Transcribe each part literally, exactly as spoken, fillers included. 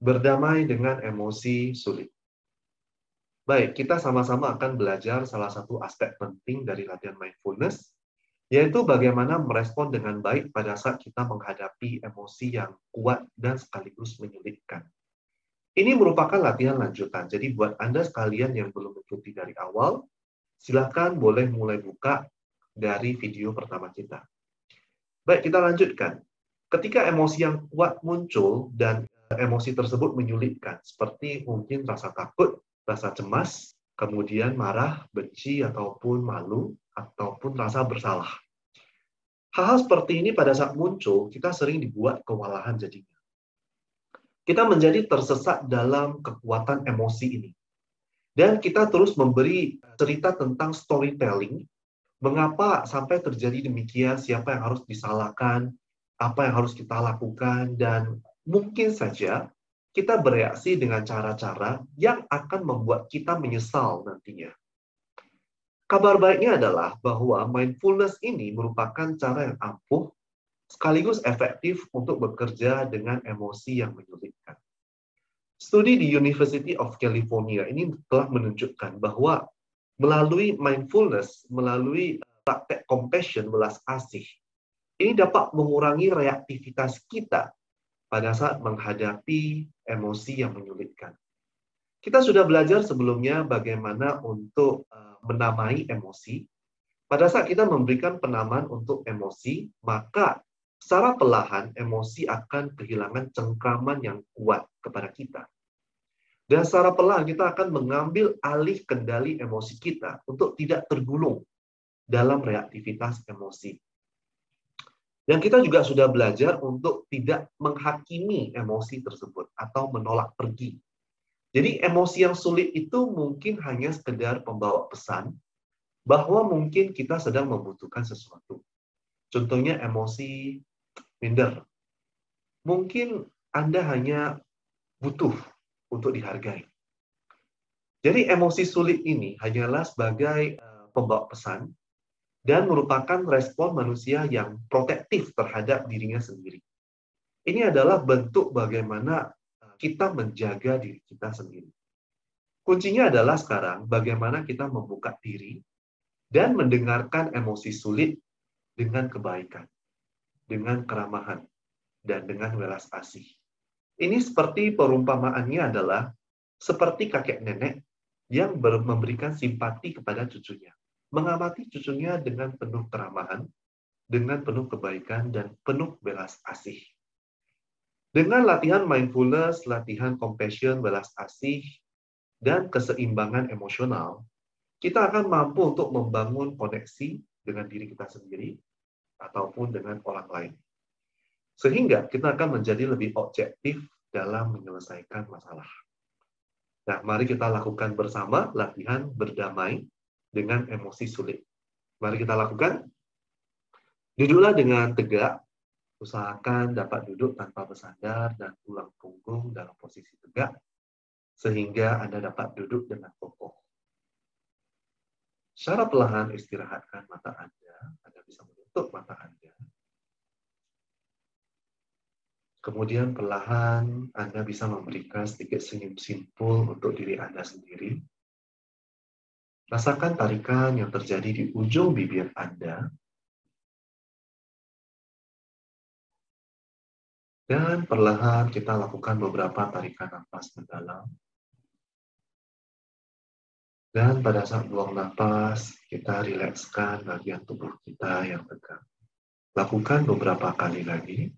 Berdamai dengan emosi sulit. Baik, kita sama-sama akan belajar salah satu aspek penting dari latihan mindfulness, yaitu bagaimana merespon dengan baik pada saat kita menghadapi emosi yang kuat dan sekaligus menyulitkan. Ini merupakan latihan lanjutan, jadi buat Anda sekalian yang belum mengikuti dari awal, silakan boleh mulai buka dari video pertama kita. Baik, kita lanjutkan. Ketika emosi yang kuat muncul dan emosi tersebut menyulitkan, seperti mungkin rasa takut, rasa cemas, kemudian marah, benci, ataupun malu, ataupun rasa bersalah. Hal-hal seperti ini pada saat muncul, kita sering dibuat kewalahan jadinya. Kita menjadi tersesat dalam kekuatan emosi ini. Dan kita terus memberi cerita tentang storytelling, mengapa sampai terjadi demikian, siapa yang harus disalahkan, apa yang harus kita lakukan, dan mungkin saja kita bereaksi dengan cara-cara yang akan membuat kita menyesal nantinya. Kabar baiknya adalah bahwa mindfulness ini merupakan cara yang ampuh sekaligus efektif untuk bekerja dengan emosi yang menyulitkan. Studi di University of California ini telah menunjukkan bahwa melalui mindfulness, melalui praktek compassion, belas asih, ini dapat mengurangi reaktivitas kita pada saat menghadapi emosi yang menyulitkan. Kita sudah belajar sebelumnya bagaimana untuk menamai emosi. Pada saat kita memberikan penamaan untuk emosi, maka secara perlahan emosi akan kehilangan cengkraman yang kuat kepada kita. Dan secara perlahan kita akan mengambil alih kendali emosi kita untuk tidak tergulung dalam reaktivitas emosi. Dan kita juga sudah belajar untuk tidak menghakimi emosi tersebut atau menolak pergi. Jadi emosi yang sulit itu mungkin hanya sekedar pembawa pesan bahwa mungkin kita sedang membutuhkan sesuatu. Contohnya emosi minder. Mungkin Anda hanya butuh untuk dihargai. Jadi emosi sulit ini hanyalah sebagai uh, pembawa pesan dan merupakan respon manusia yang protektif terhadap dirinya sendiri. Ini adalah bentuk bagaimana kita menjaga diri kita sendiri. Kuncinya adalah sekarang bagaimana kita membuka diri dan mendengarkan emosi sulit dengan kebaikan, dengan keramahan, dan dengan welas asih. Ini seperti perumpamaannya adalah seperti kakek nenek yang memberikan simpati kepada cucunya. Mengamati cucunya dengan penuh keramahan, dengan penuh kebaikan, dan penuh welas asih. Dengan latihan mindfulness, latihan compassion, welas asih, dan keseimbangan emosional, kita akan mampu untuk membangun koneksi dengan diri kita sendiri ataupun dengan orang lain. Sehingga kita akan menjadi lebih objektif dalam menyelesaikan masalah. Nah, mari kita lakukan bersama latihan berdamai dengan emosi sulit. Mari kita lakukan. Duduklah dengan tegak. Usahakan dapat duduk tanpa bersandar dan tulang punggung dalam posisi tegak, sehingga Anda dapat duduk dengan kokoh. Secara perlahan istirahatkan mata Anda. Anda bisa menutup mata Anda. Kemudian perlahan Anda bisa memberikan sedikit senyum simpul untuk diri Anda sendiri. Rasakan tarikan yang terjadi di ujung bibir Anda. Dan perlahan kita lakukan beberapa tarikan nafas mendalam. Dan pada saat buang nafas, kita rilekskan bagian tubuh kita yang tegang. Lakukan beberapa kali lagi.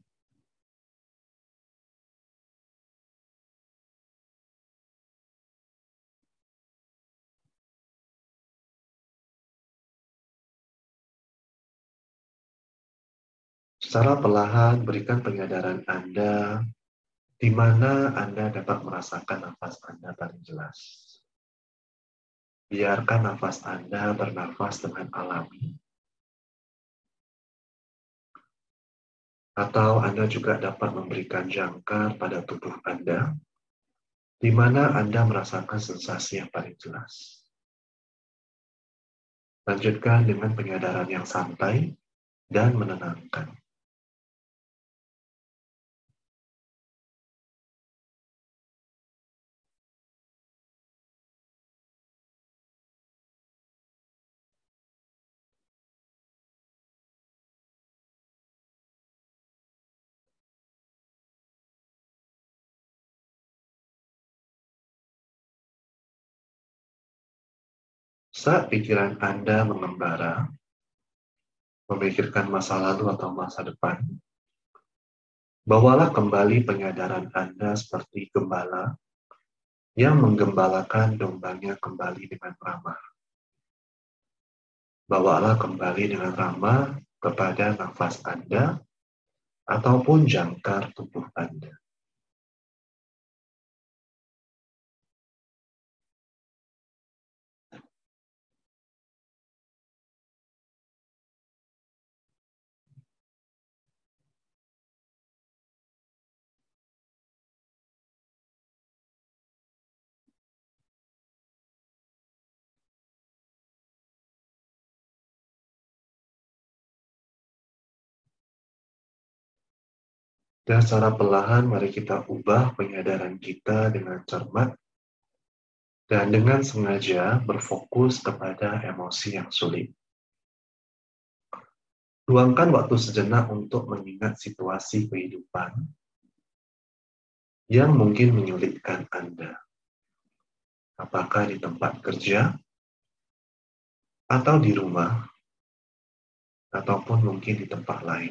Secara perlahan berikan penyadaran Anda di mana Anda dapat merasakan nafas Anda paling jelas. Biarkan nafas Anda bernafas dengan alami. Atau Anda juga dapat memberikan jangkar pada tubuh Anda, di mana Anda merasakan sensasi yang paling jelas. Lanjutkan dengan penyadaran yang santai dan menenangkan. Saat pikiran Anda mengembara, memikirkan masa lalu atau masa depan, bawalah kembali penyadaran Anda seperti gembala yang menggembalakan dombanya kembali dengan ramah. Bawalah kembali dengan ramah kepada nafas Anda ataupun jangkar tubuh Anda. Dan secara perlahan mari kita ubah penyadaran kita dengan cermat dan dengan sengaja berfokus kepada emosi yang sulit. Luangkan waktu sejenak untuk mengingat situasi kehidupan yang mungkin menyulitkan Anda. Apakah di tempat kerja, atau di rumah, ataupun mungkin di tempat lain.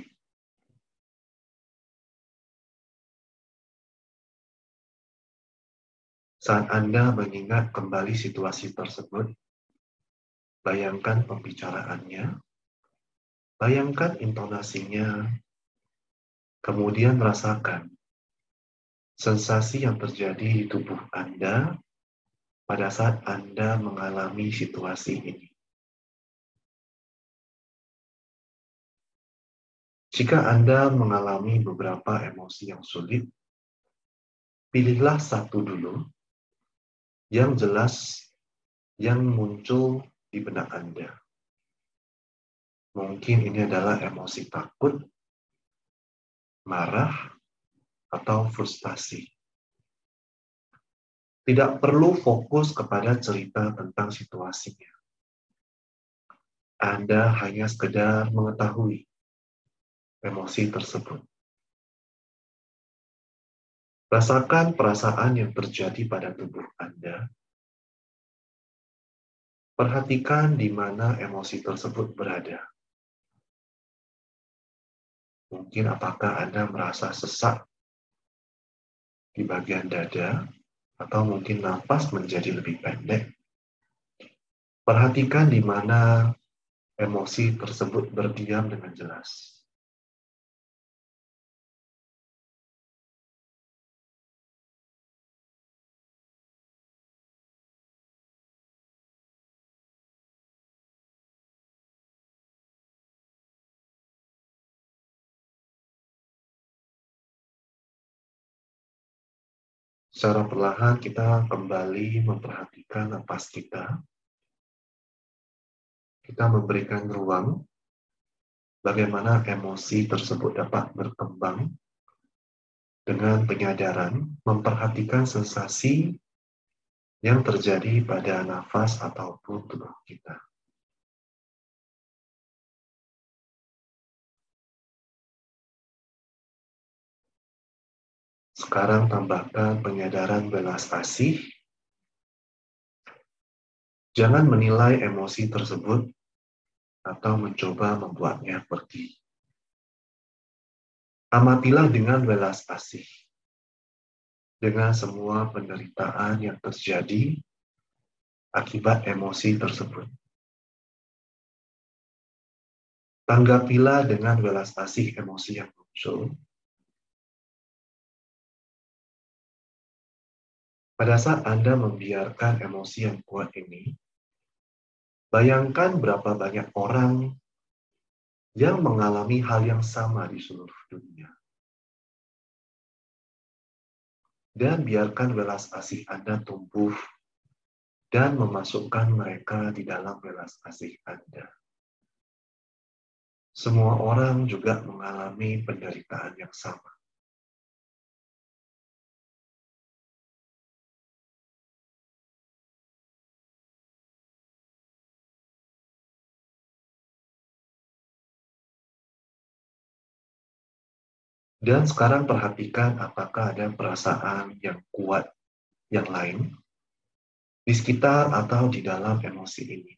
Saat Anda mengingat kembali situasi tersebut, bayangkan pembicaraannya, bayangkan intonasinya, kemudian rasakan sensasi yang terjadi di tubuh Anda pada saat Anda mengalami situasi ini. Jika Anda mengalami beberapa emosi yang sulit, pilihlah satu dulu yang jelas yang muncul di benak Anda. Mungkin ini adalah emosi takut, marah, atau frustasi. Tidak perlu fokus kepada cerita tentang situasinya. Anda hanya sekedar mengetahui emosi tersebut. Rasakan perasaan yang terjadi pada tubuh Anda. Perhatikan di mana emosi tersebut berada. Mungkin apakah Anda merasa sesak di bagian dada, atau mungkin napas menjadi lebih pendek. Perhatikan di mana emosi tersebut berdiam dengan jelas. Secara perlahan kita kembali memperhatikan napas kita. Kita memberikan ruang bagaimana emosi tersebut dapat berkembang dengan penyadaran, memperhatikan sensasi yang terjadi pada nafas ataupun tubuh kita. Sekarang tambahkan penyadaran belas kasih. Jangan menilai emosi tersebut atau mencoba membuatnya pergi. Amatilah dengan belas kasih. Dengan semua penderitaan yang terjadi akibat emosi tersebut. Tanggapilah dengan belas kasih emosi yang muncul. Pada saat Anda membiarkan emosi yang kuat ini, bayangkan berapa banyak orang yang mengalami hal yang sama di seluruh dunia. Dan biarkan belas kasih Anda tumbuh dan memasukkan mereka di dalam belas kasih Anda. Semua orang juga mengalami penderitaan yang sama. Dan sekarang perhatikan apakah ada perasaan yang kuat yang lain di sekitar atau di dalam emosi ini.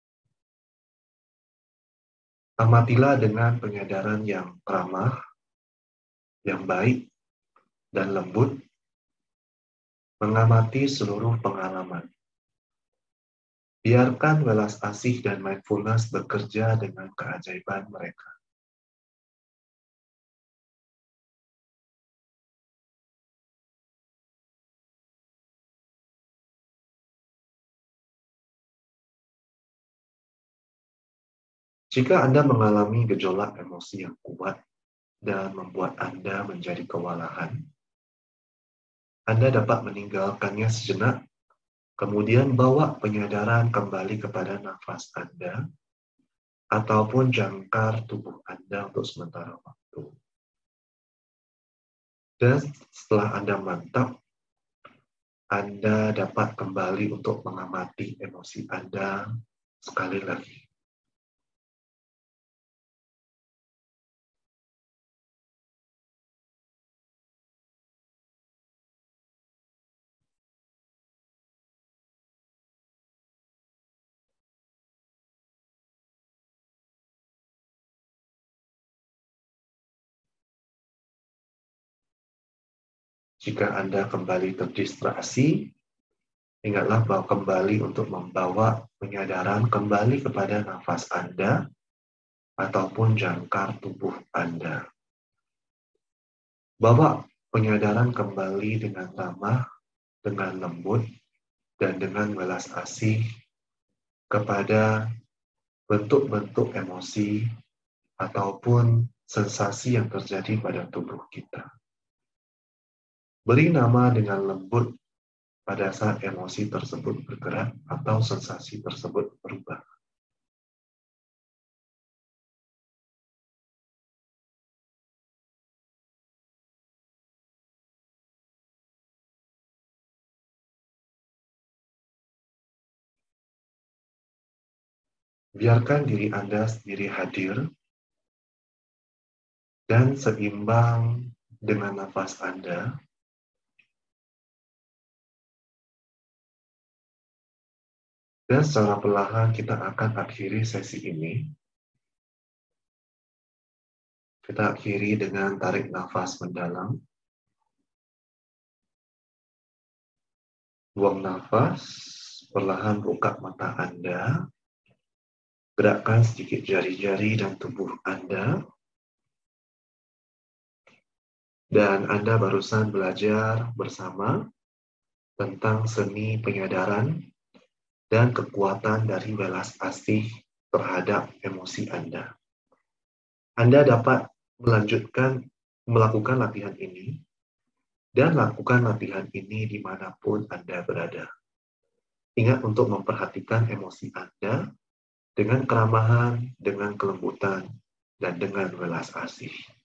Amatilah dengan penyadaran yang ramah, yang baik, dan lembut, mengamati seluruh pengalaman. Biarkan welas asih dan mindfulness bekerja dengan keajaiban mereka. Jika Anda mengalami gejolak emosi yang kuat dan membuat Anda menjadi kewalahan, Anda dapat meninggalkannya sejenak, kemudian bawa penyadaran kembali kepada nafas Anda, ataupun jangkar tubuh Anda untuk sementara waktu. Dan setelah Anda mantap, Anda dapat kembali untuk mengamati emosi Anda sekali lagi. Jika Anda kembali terdistraksi, ingatlah bahwa kembali untuk membawa penyadaran kembali kepada nafas Anda ataupun jangkar tubuh Anda. Bawa penyadaran kembali dengan ramah, dengan lembut, dan dengan welas asih kepada bentuk-bentuk emosi ataupun sensasi yang terjadi pada tubuh kita. Beri nama dengan lembut pada saat emosi tersebut bergerak atau sensasi tersebut berubah. Biarkan diri Anda sendiri hadir dan seimbang dengan nafas Anda. Dan secara perlahan kita akan akhiri sesi ini. Kita akhiri dengan tarik nafas mendalam. Buang nafas, perlahan buka mata Anda. Gerakkan sedikit jari-jari dan tubuh Anda. Dan Anda barusan belajar bersama tentang seni penyadaran dan kekuatan dari welas asih terhadap emosi Anda. Anda dapat melanjutkan melakukan latihan ini dan lakukan latihan ini dimanapun Anda berada. Ingat untuk memperhatikan emosi Anda dengan keramahan, dengan kelembutan, dan dengan welas asih.